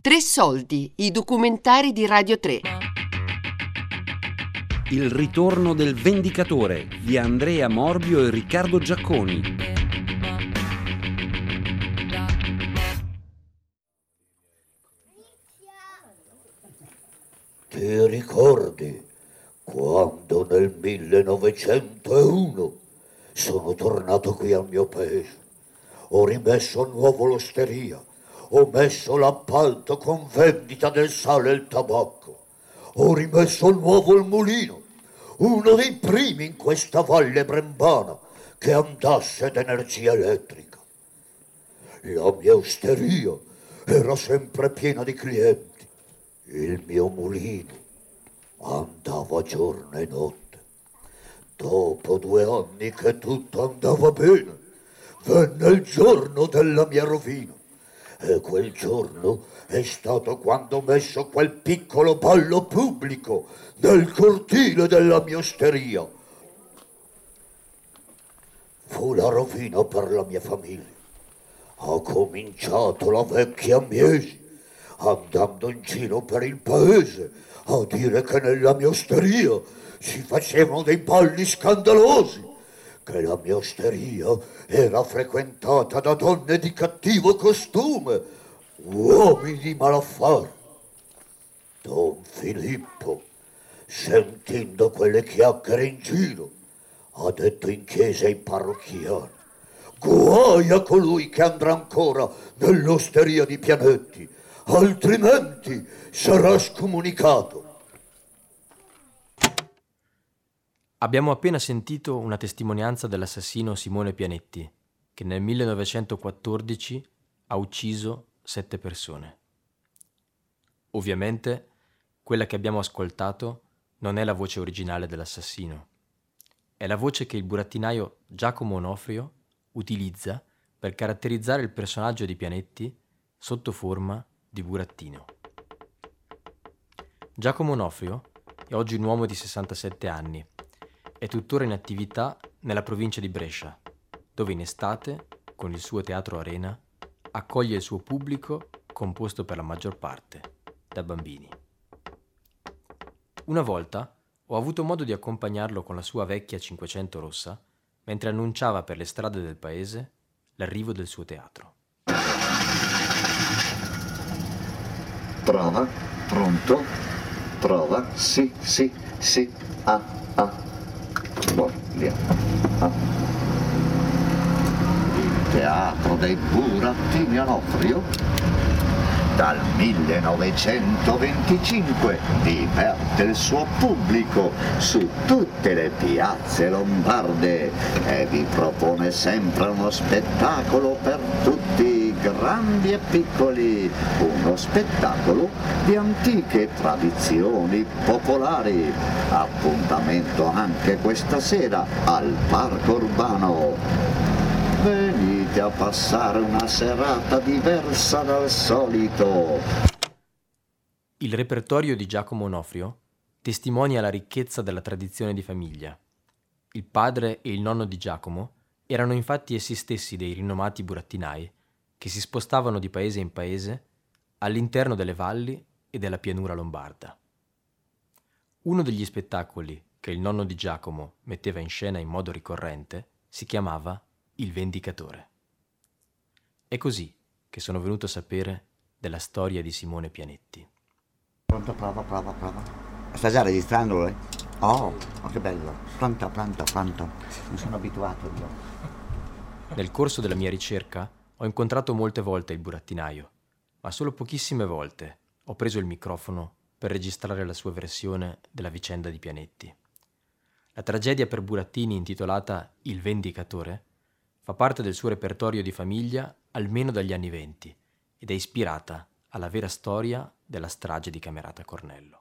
Tre soldi, i documentari di Radio 3. Il ritorno del Vendicatore di Andrea Morbio e Riccardo Giacconi. Ti ricordi quando nel 1901 sono tornato qui al mio paese? Ho rimesso a nuovo l'osteria, ho messo l'appalto con vendita del sale e il tabacco, ho rimesso a nuovo il mulino, uno dei primi in questa valle brembana che andasse d'energia elettrica. La mia osteria era sempre piena di clienti, il mio mulino andava giorno e notte. Dopo 2 anni che tutto andava bene, venne il giorno della mia rovina. E quel giorno è stato quando ho messo quel piccolo ballo pubblico nel cortile della mia osteria. Fu la rovina per la mia famiglia. Ha cominciato la vecchia Miesi, andando in giro per il paese a dire che nella mia osteria si facevano dei balli scandalosi, che la mia osteria era frequentata da donne di cattivo costume, uomini di malaffare. Don Filippo, sentendo quelle chiacchiere in giro, ha detto in chiesa ai parrocchiani: guai a colui che andrà ancora nell'osteria di Pianetti, altrimenti sarà scomunicato. Abbiamo appena sentito una testimonianza dell'assassino Simone Pianetti, che nel 1914 ha ucciso 7 persone. Ovviamente, quella che abbiamo ascoltato non è la voce originale dell'assassino. È la voce che il burattinaio Giacomo Onofrio utilizza per caratterizzare il personaggio di Pianetti sotto forma di burattino. Giacomo Onofrio è oggi un uomo di 67 anni. È tuttora in attività nella provincia di Brescia, dove in estate, con il suo teatro Arena, accoglie il suo pubblico composto per la maggior parte da bambini. Una volta ho avuto modo di accompagnarlo con la sua vecchia 500 rossa mentre annunciava per le strade del paese l'arrivo del suo teatro. Prova, pronto, prova, sì, via. Il teatro dei burattini Onofrio dal 1925 diverte il suo pubblico su tutte le piazze lombarde e vi propone sempre uno spettacolo per tutti, grandi e piccoli, uno spettacolo di antiche tradizioni popolari. Appuntamento anche questa sera al Parco Urbano. Venite a passare una serata diversa dal solito. Il repertorio di Giacomo Onofrio testimonia la ricchezza della tradizione di famiglia. Il padre e il nonno di Giacomo erano infatti essi stessi dei rinomati burattinai che si spostavano di paese in paese all'interno delle valli e della pianura lombarda. Uno degli spettacoli che il nonno di Giacomo metteva in scena in modo ricorrente si chiamava Il Vendicatore. È così che sono venuto a sapere della storia di Simone Pianetti. Pronto, prova. Sta già registrando, eh? Oh, che bello. Pronto. Non sono abituato io. Nel corso della mia ricerca ho incontrato molte volte il burattinaio, ma solo pochissime volte ho preso il microfono per registrare la sua versione della vicenda di Pianetti. La tragedia per burattini intitolata Il Vendicatore fa parte del suo repertorio di famiglia almeno dagli anni '20 ed è ispirata alla vera storia della strage di Camerata Cornello.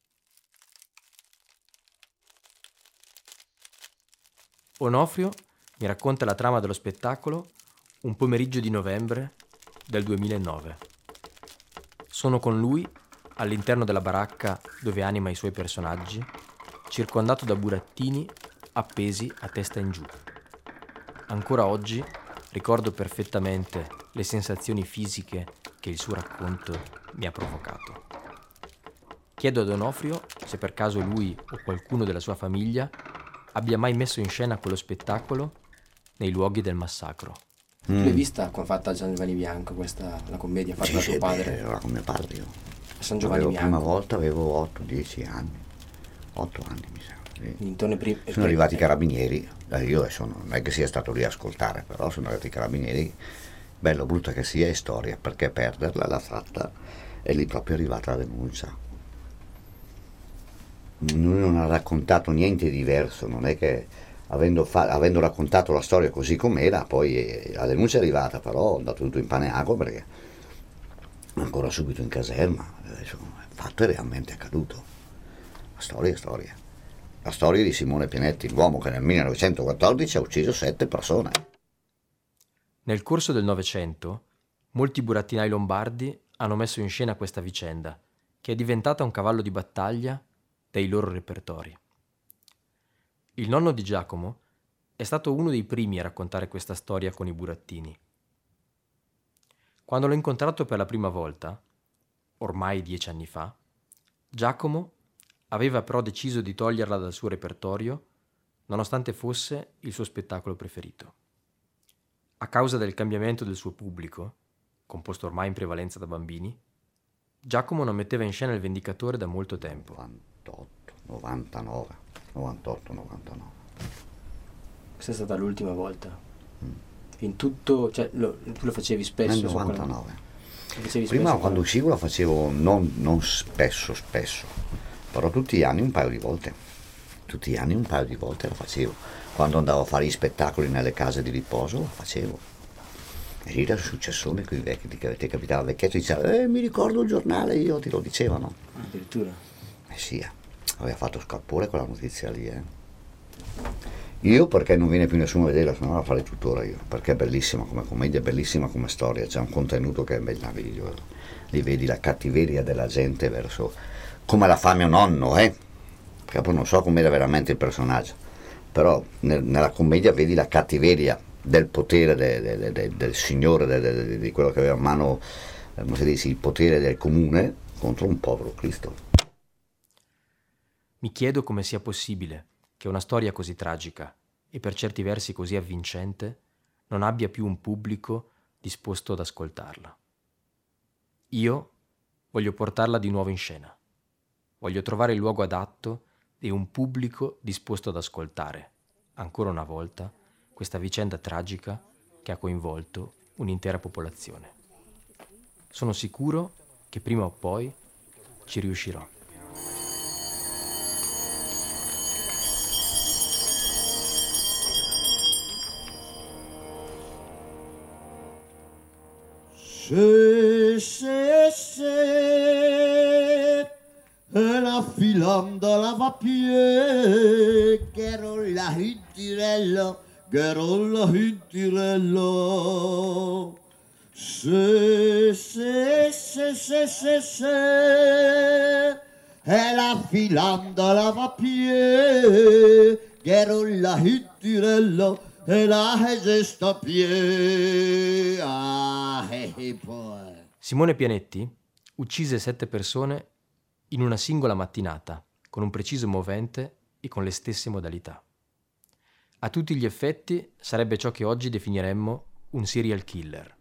Onofrio mi racconta la trama dello spettacolo un pomeriggio di novembre del 2009. Sono con lui all'interno della baracca dove anima i suoi personaggi, circondato da burattini appesi a testa in giù. Ancora oggi ricordo perfettamente le sensazioni fisiche che il suo racconto mi ha provocato. Chiedo ad Onofrio se per caso lui o qualcuno della sua famiglia abbia mai messo in scena quello spettacolo nei luoghi del massacro. Tu l'hai vista quando fatta a San Giovanni Bianco, la commedia fatta da tuo padre? Era con mio padre io. A San Giovanni La Bianco. prima volta avevo 8-10 anni. 8 anni mi sembra. Sì. Intorno Sono arrivati i carabinieri, io adesso non è che sia stato lì a ascoltare, però sono arrivati i carabinieri, bello brutta che sia è storia, perché perderla l'ha fatta e lì proprio è arrivata la denuncia. Lui non ha raccontato niente di diverso, non è che avendo raccontato la storia così com'era, poi la denuncia è arrivata, però ho dato tutto in pane e acqua perché ancora subito in caserma, adesso, il fatto è realmente accaduto. La storia è storia. La storia di Simone Pianetti, l'uomo che nel 1914 ha ucciso 7 persone. Nel corso del Novecento, molti burattinai lombardi hanno messo in scena questa vicenda, che è diventata un cavallo di battaglia dei loro repertori. Il nonno di Giacomo è stato uno dei primi a raccontare questa storia con i burattini. Quando l'ho incontrato per la prima volta, ormai 10 anni fa, Giacomo aveva però deciso di toglierla dal suo repertorio, nonostante fosse il suo spettacolo preferito. A causa del cambiamento del suo pubblico, composto ormai in prevalenza da bambini, Giacomo non metteva in scena il Vendicatore da molto tempo. 98, 99. Questa è stata l'ultima volta. In tutto, cioè tu lo facevi spesso? Nel 99. Facevi Prima spesso, quando uscivo la facevo non spesso, però tutti gli anni un paio di volte. Tutti gli anni un paio di volte la facevo. Quando andavo a fare gli spettacoli nelle case di riposo la facevo. E lì era il successone con i vecchi, che ti capitava il vecchietto e diceva mi ricordo il giornale, io ti lo dicevano. Addirittura? Sì, aveva fatto scalpore quella notizia lì. Io perché non viene più nessuno a vederla, se no la farei tuttora io, perché è bellissima come commedia, è bellissima come storia, c'è un contenuto che è meraviglioso. Lì vedi la cattiveria della gente verso come la fa mio nonno, perché poi non so com'era veramente il personaggio, però nella commedia vedi la cattiveria del potere del signore, di quello che aveva a mano, come si dice, il potere del comune contro un povero Cristo. Mi chiedo come sia possibile che una storia così tragica e per certi versi così avvincente non abbia più un pubblico disposto ad ascoltarla. Io voglio portarla di nuovo in scena. Voglio trovare il luogo adatto e un pubblico disposto ad ascoltare, ancora una volta, questa vicenda tragica che ha coinvolto un'intera popolazione. Sono sicuro che prima o poi ci riuscirò. Se la filanda la va pie, Gerolla hintirello, Gerolla hintirello. Se la filanda la va pie, Gerolla hintirello, e la gesta pie. Simone Pianetti uccise 7 persone in una singola mattinata, con un preciso movente e con le stesse modalità. A tutti gli effetti sarebbe ciò che oggi definiremmo un serial killer.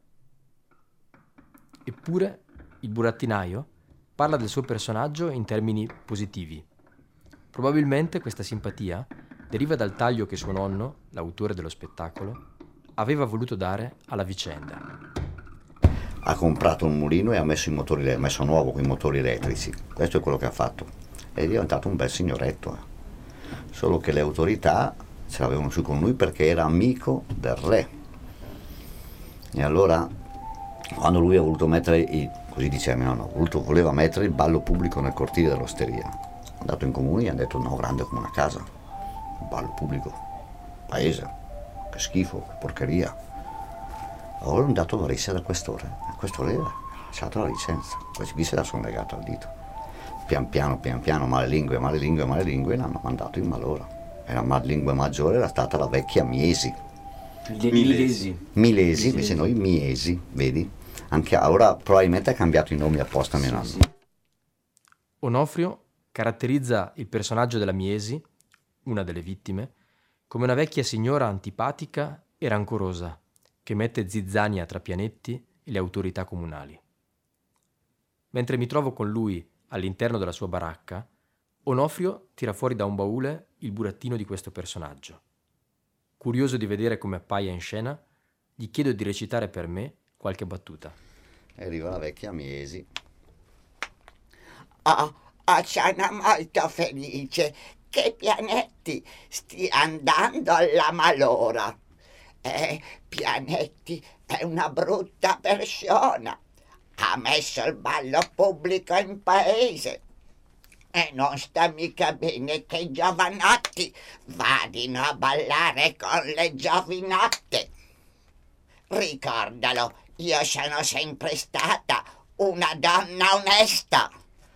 Eppure il burattinaio parla del suo personaggio in termini positivi. Probabilmente questa simpatia deriva dal taglio che suo nonno, l'autore dello spettacolo, aveva voluto dare alla vicenda. Ha comprato un mulino e ha messo messo nuovo con i motori elettrici. Questo è quello che ha fatto. È diventato un bel signoretto. Solo che le autorità ce l'avevano su con lui perché era amico del re. E allora, quando lui ha voluto mettere, così diceva mio nonno, voleva mettere il ballo pubblico nel cortile dell'osteria. È andato in comune e gli hanno detto no, grande come una casa. Un ballo pubblico. Paese. Che schifo, che porcheria. Allora è andato a Varese dal questore. Il questore ha lasciato la licenza. Questi qui se la sono legata al dito. Pian piano, malelingue, l'hanno mandato in malora. E la malelingue maggiore era stata la vecchia Milesi. Milesi. Invece noi Miesi, vedi? Anche ora probabilmente ha cambiato i nomi apposta mio nonno. Sì. Onofrio caratterizza il personaggio della Miesi, una delle vittime, come una vecchia signora antipatica e rancorosa che mette zizzania tra Pianetti e le autorità comunali. Mentre mi trovo con lui all'interno della sua baracca, Onofrio tira fuori da un baule il burattino di questo personaggio. Curioso di vedere come appaia in scena, gli chiedo di recitare per me qualche battuta. E arriva la vecchia Miesi. Sono molto felice che Pianetti stia andando alla malora. Pianetti è una brutta persona. Ha messo il ballo pubblico in paese. E non sta mica bene che i giovanotti vadino a ballare con le giovinotte. Ricordalo, io sono sempre stata una donna onesta.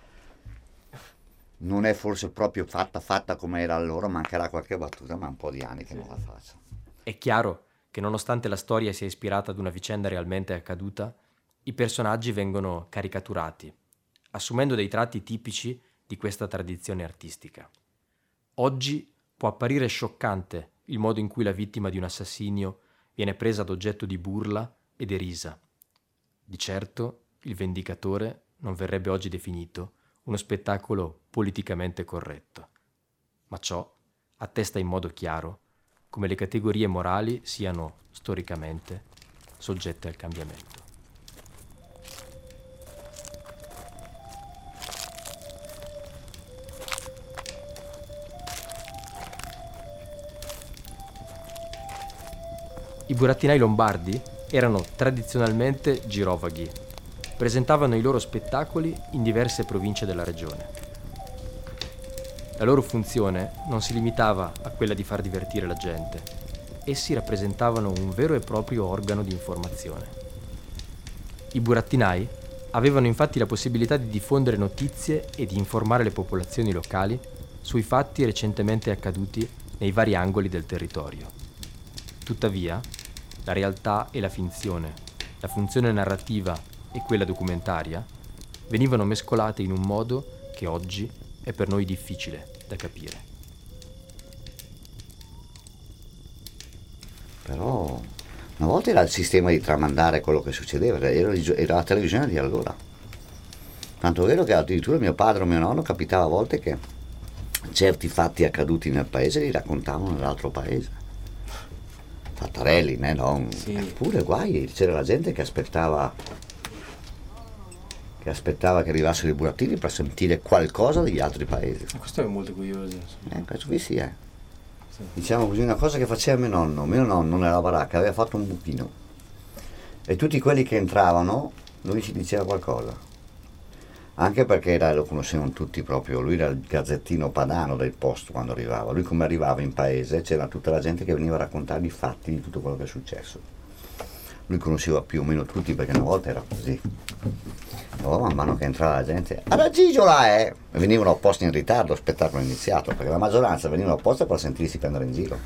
Non è forse proprio fatta come era allora, mancherà qualche battuta, ma un po' di anni che non la faccio. È chiaro che nonostante la storia sia ispirata ad una vicenda realmente accaduta, i personaggi vengono caricaturati, assumendo dei tratti tipici di questa tradizione artistica. Oggi può apparire scioccante il modo in cui la vittima di un assassinio viene presa ad oggetto di burla e derisa. Di certo, il Vendicatore non verrebbe oggi definito uno spettacolo politicamente corretto, ma ciò attesta in modo chiaro come le categorie morali siano storicamente soggette al cambiamento. I burattinai lombardi erano tradizionalmente girovaghi. Presentavano i loro spettacoli in diverse province della regione. La loro funzione non si limitava a quella di far divertire la gente. Essi rappresentavano un vero e proprio organo di informazione. I burattinai avevano infatti la possibilità di diffondere notizie e di informare le popolazioni locali sui fatti recentemente accaduti nei vari angoli del territorio. Tuttavia, la realtà e la finzione, la funzione narrativa e quella documentaria venivano mescolate in un modo che oggi è per noi difficile da capire. Però una volta era il sistema di tramandare quello che succedeva, era la televisione di allora. Tanto è vero che addirittura mio padre o mio nonno capitava a volte che certi fatti accaduti nel paese li raccontavano nell'altro paese. Fattarelli, no? Sì. Eppure guai, c'era la gente che aspettava che arrivassero i burattini per sentire qualcosa degli altri paesi. Questo è molto curioso. Questo qui sì è. Sì. Diciamo così, una cosa che faceva mio nonno nella baracca aveva fatto un buchino e tutti quelli che entravano lui ci diceva qualcosa, anche perché lo conoscevano tutti proprio, lui era il gazzettino padano del posto quando arrivava, lui come arrivava in paese c'era tutta la gente che veniva a raccontargli i fatti di tutto quello che è successo, lui conosceva più o meno tutti perché una volta era così. Man mano che entrava la gente, alla Gigiola e venivano apposta in ritardo, lo spettacolo è iniziato, perché la maggioranza venivano apposta per sentirsi prendere in giro.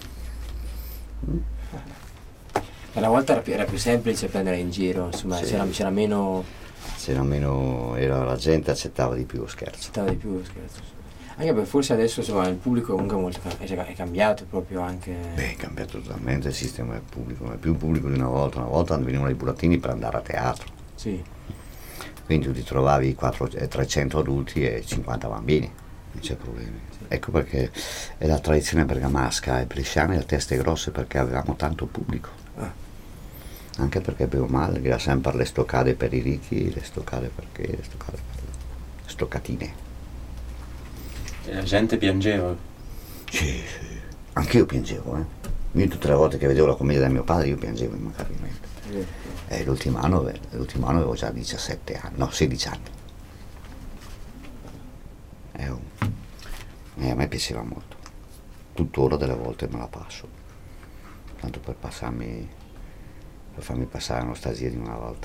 Una volta era più semplice prendere in giro, insomma, Sì. c'era meno La gente accettava di più lo scherzo. scherzo. Anche perché forse adesso insomma il pubblico comunque è cambiato proprio anche. È cambiato totalmente il sistema del pubblico, non è più il pubblico di una volta venivano i burattini per andare a teatro. Sì. Quindi tu ti trovavi 300 adulti e 50 bambini, non c'è problema. Sì. Ecco perché è la tradizione bergamasca e bresciana e le teste grosse, perché avevamo tanto pubblico. Anche perché bevo male, era sempre le stoccate per i ricchi, le stoccate perché, le stoccate per le stoccatine. E la gente piangeva. Sì. Anch'io piangevo, Io tutte le volte che vedevo la commedia del mio padre io piangevo immancabilmente. L'ultimo anno avevo già 17 anni, no, 16 anni. A me piaceva molto. Tuttora delle volte me la passo. Tanto per farmi passare la nostalgia di una volta.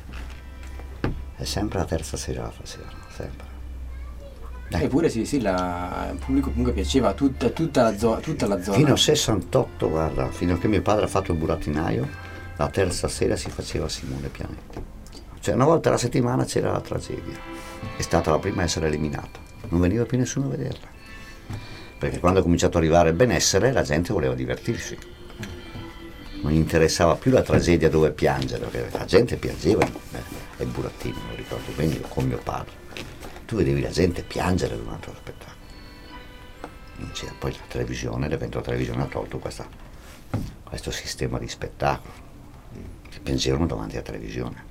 È sempre la terza sera la facevano, sempre. Eppure sì, il pubblico comunque piaceva a tutta la zona. Fino al 68, guarda, fino a che mio padre ha fatto il burattinaio, La terza sera si faceva Simone Pianetti. Cioè una volta alla settimana c'era la tragedia. È stata la prima a essere eliminata. Non veniva più nessuno a vederla. Perché quando è cominciato ad arrivare il benessere la gente voleva divertirsi. Non gli interessava più la tragedia dove piangere, perché la gente piangeva. E il burattino, lo ricordo bene, io con mio padre. Tu vedevi la gente piangere durante lo spettacolo. Non c'era. Poi la televisione, l'evento televisione ha tolto questo sistema di spettacolo. Che piangevano davanti alla televisione.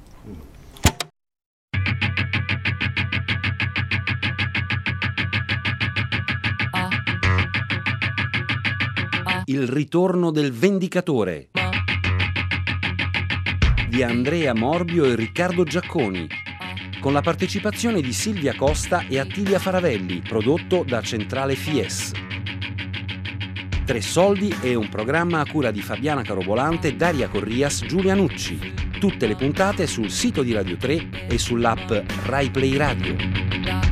Il ritorno del Vendicatore di Andrea Morbio e Riccardo Giacconi, con la partecipazione di Silvia Costa e Attilia Faravelli, prodotto da Centrale Fies. 3 soldi è un programma a cura di Fabiana Carobolante, Daria Corrias, Giulia Nucci. Tutte le puntate sul sito di Radio 3 e sull'app Rai Play Radio.